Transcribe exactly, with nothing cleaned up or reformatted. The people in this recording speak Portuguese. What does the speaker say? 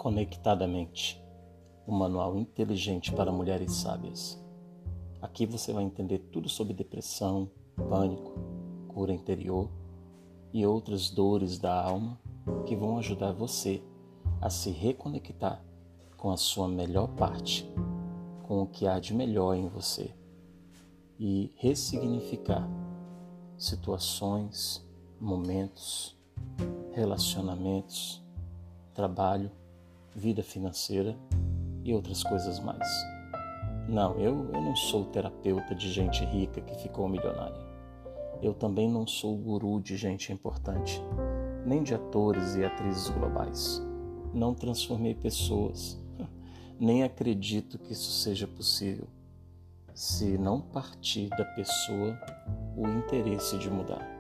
Conectadamente, um manual inteligente para mulheres sábias. Aqui você vai entender tudo sobre depressão, pânico, cura interior e outras dores da alma que vão ajudar você a se reconectar com a sua melhor parte, com o que há de melhor em você e ressignificar situações, momentos, relacionamentos, trabalho, vida financeira e outras coisas mais. Não, eu, eu não sou terapeuta de gente rica que ficou milionária. Eu também não sou guru de gente importante, nem de atores e atrizes globais. Não transformei pessoas, nem acredito que isso seja possível, se não partir da pessoa o interesse de mudar.